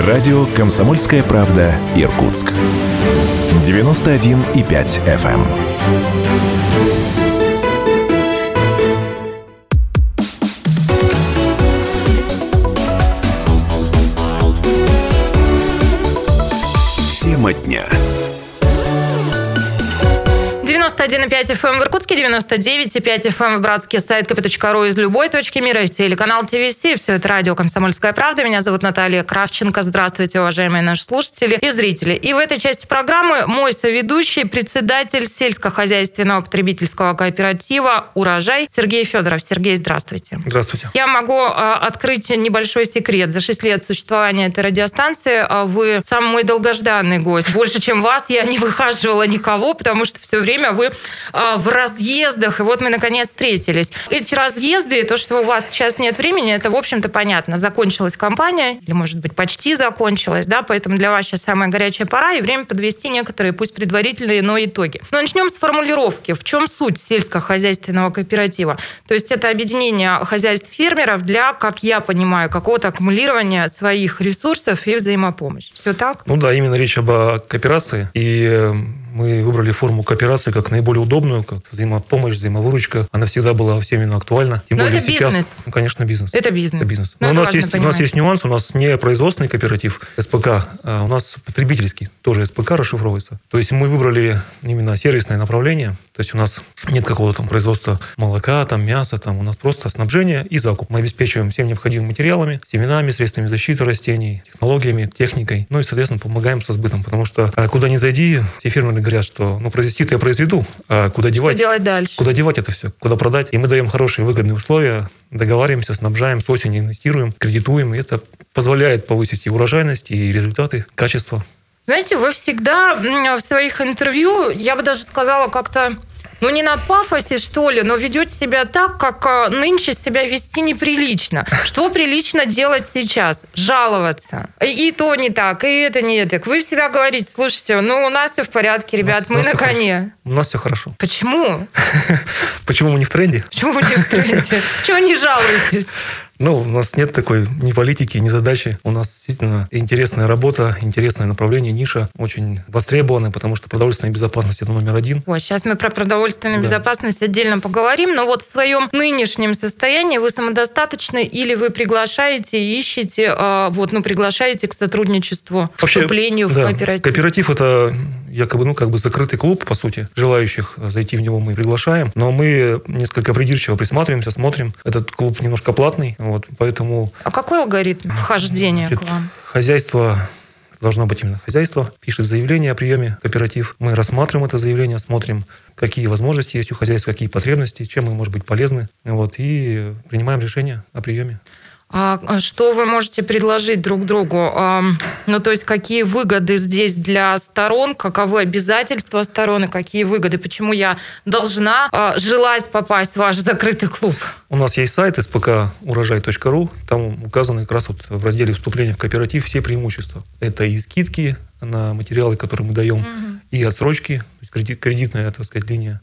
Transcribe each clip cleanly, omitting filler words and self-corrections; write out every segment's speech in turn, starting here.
Радио «Комсомольская правда» Иркутск. 91,5 FM. Тема дня. 91,5 FM в Иркутске, 99,5 FM в Братске, сайт kp.ru из любой точки мира, телеканал ТВС. Все это радио «Комсомольская правда». Меня зовут Наталья Кравченко. Здравствуйте, уважаемые наши слушатели и зрители. И в этой части программы мой соведущий, председатель сельскохозяйственного потребительского кооператива «Урожай» Сергей Федоров. Сергей, здравствуйте. Здравствуйте. Я могу открыть небольшой секрет. За 6 лет существования этой радиостанции вы самый мой долгожданный гость. Больше, чем вас, я не выхаживала никого, потому что все время вы в разъездах, и вот мы наконец встретились. Эти разъезды, и то, что у вас сейчас нет времени, это, в общем-то, понятно. Закончилась кампания, или, может быть, почти закончилась, да, поэтому для вас сейчас самая горячая пора, и время подвести некоторые, пусть предварительные, но итоги. Но начнем с формулировки. В чем суть сельскохозяйственного кооператива? То есть это объединение хозяйств фермеров для, как я понимаю, какого-то аккумулирования своих ресурсов и взаимопомощи. Все так? Ну да, именно речь об кооперации, и мы выбрали форму кооперации как наиболее удобную, как взаимопомощь, взаимовыручка. Она всегда была всем именно актуальна. Тем более это сейчас, бизнес. Ну, конечно, бизнес. Это бизнес. Но у нас есть нюанс. У нас не производственный кооператив СПК, а у нас потребительский, тоже СПК расшифровывается. То есть мы выбрали именно сервисное направление. То есть у нас нет какого-то там производства молока, там, мяса. Там. У нас просто снабжение и закуп. Мы обеспечиваем всем необходимыми материалами, семенами, средствами защиты растений, технологиями, техникой. Ну и, соответственно, помогаем со сбытом. Потому что куда ни зайди, все фермеры говорят, что произвести-то я произведу, а куда девать? Что делать дальше? Куда девать это все? Куда продать? И мы даем хорошие выгодные условия, договариваемся, снабжаем, с осени инвестируем, кредитуем. И это позволяет повысить и урожайность, и результаты, качество. Знаете, вы всегда в своих интервью, я бы даже сказала, как-то не на пафосе, что ли, но ведете себя так, как нынче себя вести неприлично. Что прилично делать сейчас? Жаловаться. И то не так, и это не так. Вы всегда говорите, слушайте, у нас все в порядке, ребят, мы на коне. У нас все хорошо. Почему? Почему мы не в тренде? Почему вы не в тренде? Чего не жалуетесь? У нас нет такой ни политики, ни задачи. У нас действительно интересная работа, интересное направление, ниша, очень востребованная, потому что продовольственная безопасность – это номер один. Сейчас мы про продовольственную безопасность отдельно поговорим, но в своем нынешнем состоянии вы самодостаточны или вы приглашаете и ищете, приглашаете к сотрудничеству, к вступлению в кооператив? Кооператив – это якобы, закрытый клуб, по сути. Желающих зайти в него мы приглашаем, но мы несколько придирчиво присматриваемся, смотрим. Этот клуб немножко платный, поэтому... А какой алгоритм вхождения к вам? Хозяйство, должно быть именно хозяйство, пишет заявление о приеме в кооператив. Мы рассматриваем это заявление, смотрим, какие возможности есть у хозяйства, какие потребности, чем мы можем быть полезны, и принимаем решение о приеме. А что вы можете предложить друг другу? То есть какие выгоды здесь для сторон, каковы обязательства сторон и какие выгоды? Почему я должна желать попасть в ваш закрытый клуб? У нас есть сайт spk-урожай.ру, там указаны как раз в разделе вступления в кооператив все преимущества. Это и скидки на материалы, которые мы даем, и отсрочки, то есть кредитная, так сказать, линия,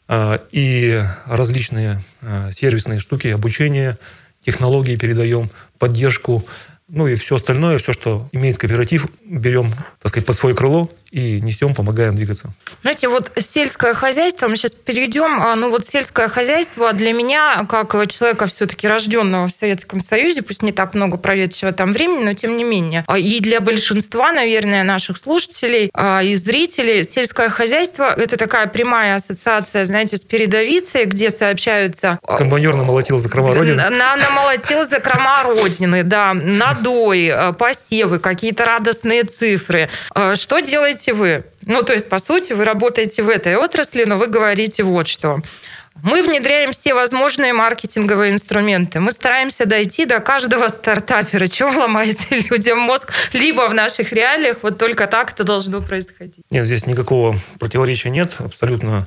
и различные сервисные штуки, обучение, технологии передаем, поддержку, и все остальное, все, что имеет кооператив, берем, так сказать, под свое крыло и несем, помогаем двигаться. Знаете, сельское хозяйство, мы сейчас перейдем, сельское хозяйство для меня, как человека все-таки рожденного в Советском Союзе, пусть не так много проведшего там времени, но тем не менее, и для большинства, наверное, наших слушателей и зрителей, сельское хозяйство – это такая прямая ассоциация, знаете, с передовицей, где сообщаются... Комбайнер намолотил закрома Родины. Намолотил закрома Родины, да, надой, посевы, какие-то радостные цифры. Что делаете вы? То есть, по сути, вы работаете в этой отрасли, но вы говорите вот что. Мы внедряем все возможные маркетинговые инструменты. Мы стараемся дойти до каждого стартапера. Чего ломаете людям мозг? Либо в наших реалиях только так это должно происходить. Нет, здесь никакого противоречия нет. Абсолютно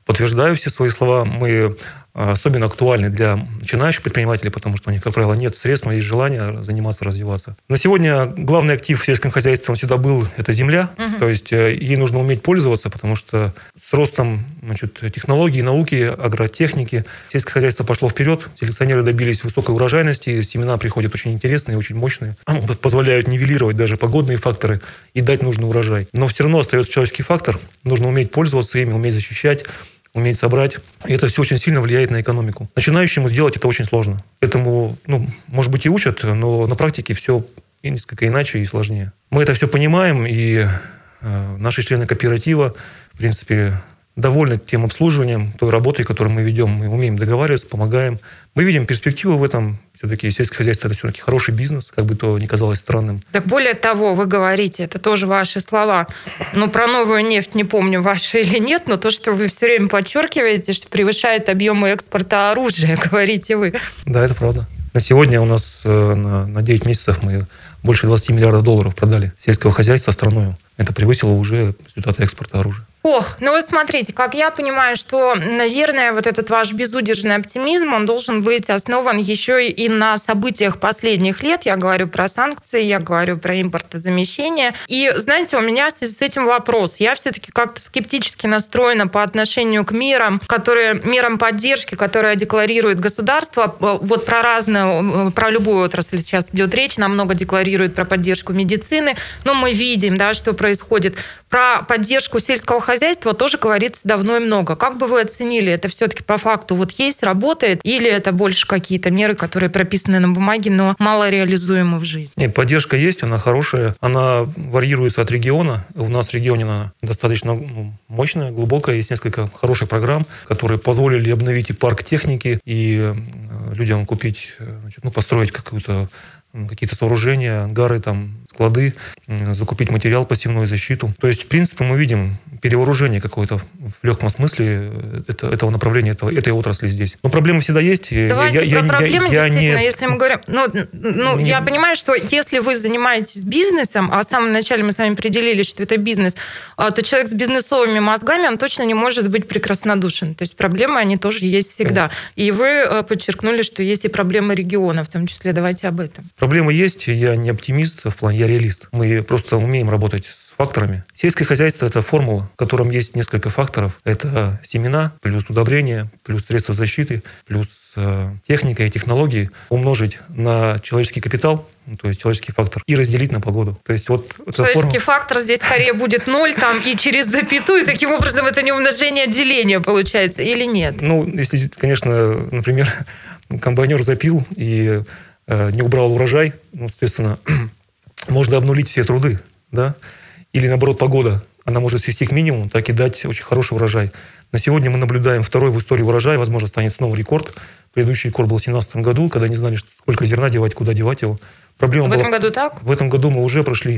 подтверждаю все свои слова. Мы особенно актуальны для начинающих предпринимателей, потому что у них, как правило, нет средств, но есть желание заниматься, развиваться. На сегодня главный актив в сельском хозяйстве, он всегда был, это земля. То есть ей нужно уметь пользоваться, потому что с ростом технологий, науки, агротехники сельское хозяйство пошло вперед. Селекционеры добились высокой урожайности, семена приходят очень интересные, очень мощные, позволяют нивелировать даже погодные факторы и дать нужный урожай. Но все равно остается человеческий фактор. Нужно уметь пользоваться ими, уметь защищать, уметь собрать. И это все очень сильно влияет на экономику. Начинающему сделать это очень сложно. Этому, может быть, и учат, но на практике все несколько иначе и сложнее. Мы это все понимаем, и наши члены кооператива, в принципе, довольны тем обслуживанием, той работой, которую мы ведем. Мы умеем договариваться, помогаем. Мы видим перспективу в этом. Все-таки сельское хозяйство – это все-таки хороший бизнес, как бы то ни казалось странным. Так более того, вы говорите, это тоже ваши слова. Про новую нефть не помню, ваши или нет, но то, что вы все время подчеркиваете, что превышает объемы экспорта оружия, говорите вы. Да, это правда. На сегодня у нас на 9 месяцев мы больше 20 миллиардов долларов продали сельского хозяйства страной. Это превысило уже результаты экспорта оружия. Вот смотрите, как я понимаю, что, наверное, вот этот ваш безудержный оптимизм, он должен быть основан еще и на событиях последних лет. Я говорю про санкции, я говорю про импортозамещение. И, знаете, у меня в связи с этим вопрос. Я все-таки как-то скептически настроена по отношению к мерам поддержки, которые декларирует государство. Вот про любую отрасль сейчас идет речь, намного декларирует про поддержку медицины, но мы видим, что происходит. Про поддержку сельского хозяйства тоже говорится давно и много. Как бы вы оценили, это все-таки по факту есть, работает, или это больше какие-то меры, которые прописаны на бумаге, но мало реализуемы в жизни? Нет, поддержка есть, она хорошая, она варьируется от региона. У нас в регионе она достаточно мощная, глубокая, есть несколько хороших программ, которые позволили обновить и парк техники, и людям купить, построить какие-то сооружения, ангары, склады, закупить материал, пассивную защиту. То есть, в принципе, мы видим перевооружение какое-то в легком смысле этого направления, этой отрасли здесь. Но проблемы всегда есть. Давайте про проблемы, действительно, если мы говорим... Я понимаю, что если вы занимаетесь бизнесом, а в самом начале мы с вами определили, что это бизнес, то человек с бизнесовыми мозгами, он точно не может быть прекраснодушен. То есть проблемы, они тоже есть всегда. И вы подчеркнули, что есть и проблемы региона, в том числе. Давайте об этом. Проблемы есть, я не оптимист, в плане я реалист. Мы просто умеем работать с факторами. Сельское хозяйство – это формула, в котором есть несколько факторов. Это семена, плюс удобрения, плюс средства защиты, плюс техника и технологии умножить на человеческий капитал, то есть человеческий фактор, и разделить на погоду. То есть человеческий фактор здесь скорее будет 0 и через запятую, таким образом это не умножение, а деление получается, или нет? Если, конечно, например, комбайнер запил и не убрал урожай, соответственно, можно обнулить все труды, да? Или, наоборот, погода, она может свести к минимуму, так и дать очень хороший урожай. На сегодня мы наблюдаем второй в истории урожай, возможно, станет снова рекорд. Предыдущий рекорд был в 2017 году, когда не знали, сколько зерна девать, куда девать его. Проблема этом году так? В этом году мы уже прошли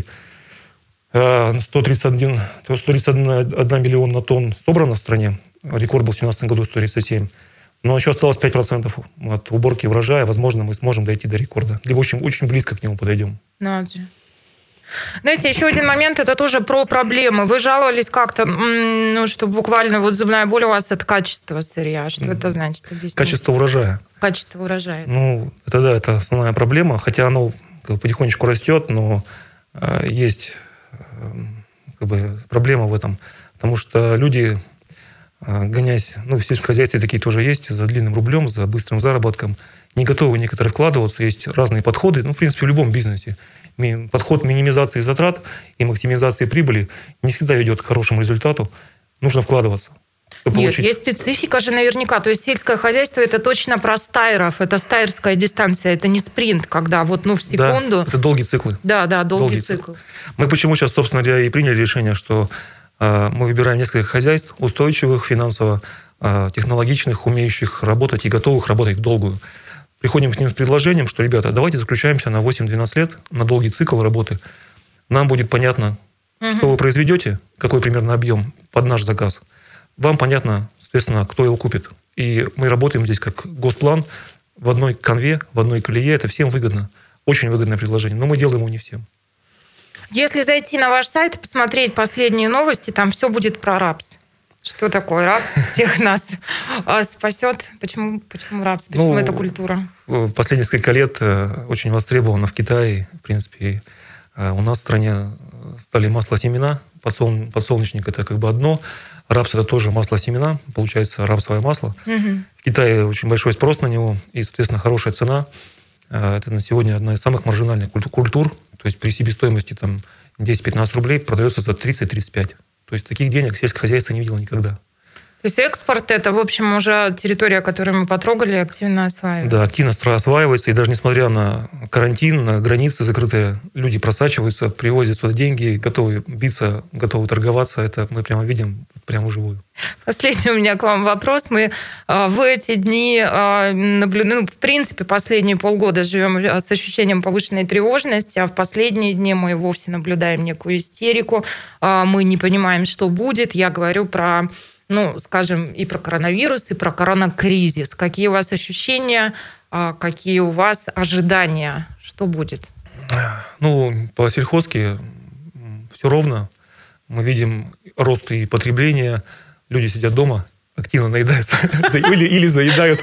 131 миллиона тонн собрано в стране. Рекорд был в 2017 году 137. Но еще осталось 5% от уборки урожая. Возможно, мы сможем дойти до рекорда. Либо очень близко к нему подойдем. Знаете, еще один момент, это тоже про проблемы. Вы жаловались как-то, что буквально зубная боль у вас – это качество сырья. Что это значит? Объясните. Качество урожая. Качество урожая. Это основная проблема. Хотя оно потихонечку растет, но есть проблема в этом. Потому что люди, гоняясь, в сельском хозяйстве такие тоже есть, за длинным рублем, за быстрым заработком, не готовы некоторые вкладываться. Есть разные подходы, в принципе, в любом бизнесе. Подход минимизации затрат и максимизации прибыли не всегда ведет к хорошему результату. Нужно вкладываться. Нет, есть специфика же наверняка. То есть сельское хозяйство – это точно про стайеров. Это стайерская дистанция, это не спринт, когда в секунду... Да, это долгие циклы. Да, долгий цикл. Мы почему сейчас, собственно говоря, и приняли решение, что мы выбираем несколько хозяйств устойчивых, финансово технологичных, умеющих работать и готовых работать в долгую. Приходим к ним с предложением, что, ребята, давайте заключаемся на 8-12 лет, на долгий цикл работы. Нам будет понятно, что вы произведете, какой примерно объем под наш заказ. Вам понятно, соответственно, кто его купит. И мы работаем здесь как госплан в одной канве, в одной колее. Это всем выгодно. Очень выгодное предложение. Но мы делаем его не всем. Если зайти на ваш сайт и посмотреть последние новости, там все будет про рапс. Что такое рапс? Всех нас спасет? Почему рапс? Почему эта культура? В последние несколько лет очень востребовано в Китае. В принципе, у нас в стране стали масло-семена. Подсолнечник – это как бы одно. Рапс – это тоже масло-семена. Получается рапсовое масло. В Китае очень большой спрос на него и, соответственно, хорошая цена. Это на сегодня одна из самых маржинальных культур. То есть при себестоимости там, 10-15 рублей продается за 30-35. То есть таких денег сельское хозяйство не видело никогда. То есть экспорт – это, в общем, уже территория, которую мы потрогали, активно осваивается? Да, активно осваивается. И даже несмотря на карантин, на границы закрытые, люди просачиваются, привозят сюда деньги, готовы биться, готовы торговаться. Это мы прямо видим, прямо вживую. Последний у меня к вам вопрос. Мы в эти дни наблюдаем, в принципе, последние полгода живем с ощущением повышенной тревожности, а в последние дни мы вовсе наблюдаем некую истерику. Мы не понимаем, что будет. Я говорю про, скажем, и про коронавирус, и про коронакризис. Какие у вас ощущения, какие у вас ожидания? Что будет? По сельхозке все ровно. Мы видим рост и потребления. Люди сидят дома, активно наедаются. Или заедают.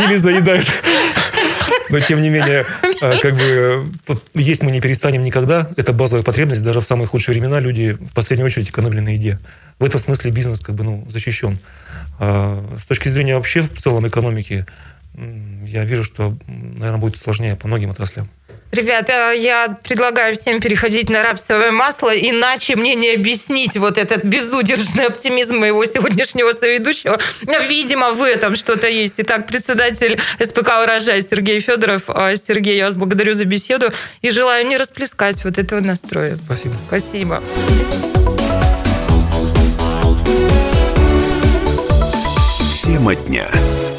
Но, тем не менее, есть мы не перестанем никогда. Это базовая потребность. Даже в самые худшие времена люди в последнюю очередь экономили на еде. В этом смысле бизнес защищен. С точки зрения вообще в целом экономики, я вижу, что, наверное, будет сложнее по многим отраслям. Ребята, я предлагаю всем переходить на рапсовое масло, иначе мне не объяснить вот этот безудержный оптимизм моего сегодняшнего соведущего. Видимо, в этом что-то есть. Итак, председатель СПК «Урожай» Сергей Федоров. Сергей, я вас благодарю за беседу и желаю не расплескать вот этого настроя. Спасибо. Спасибо. Тема дня.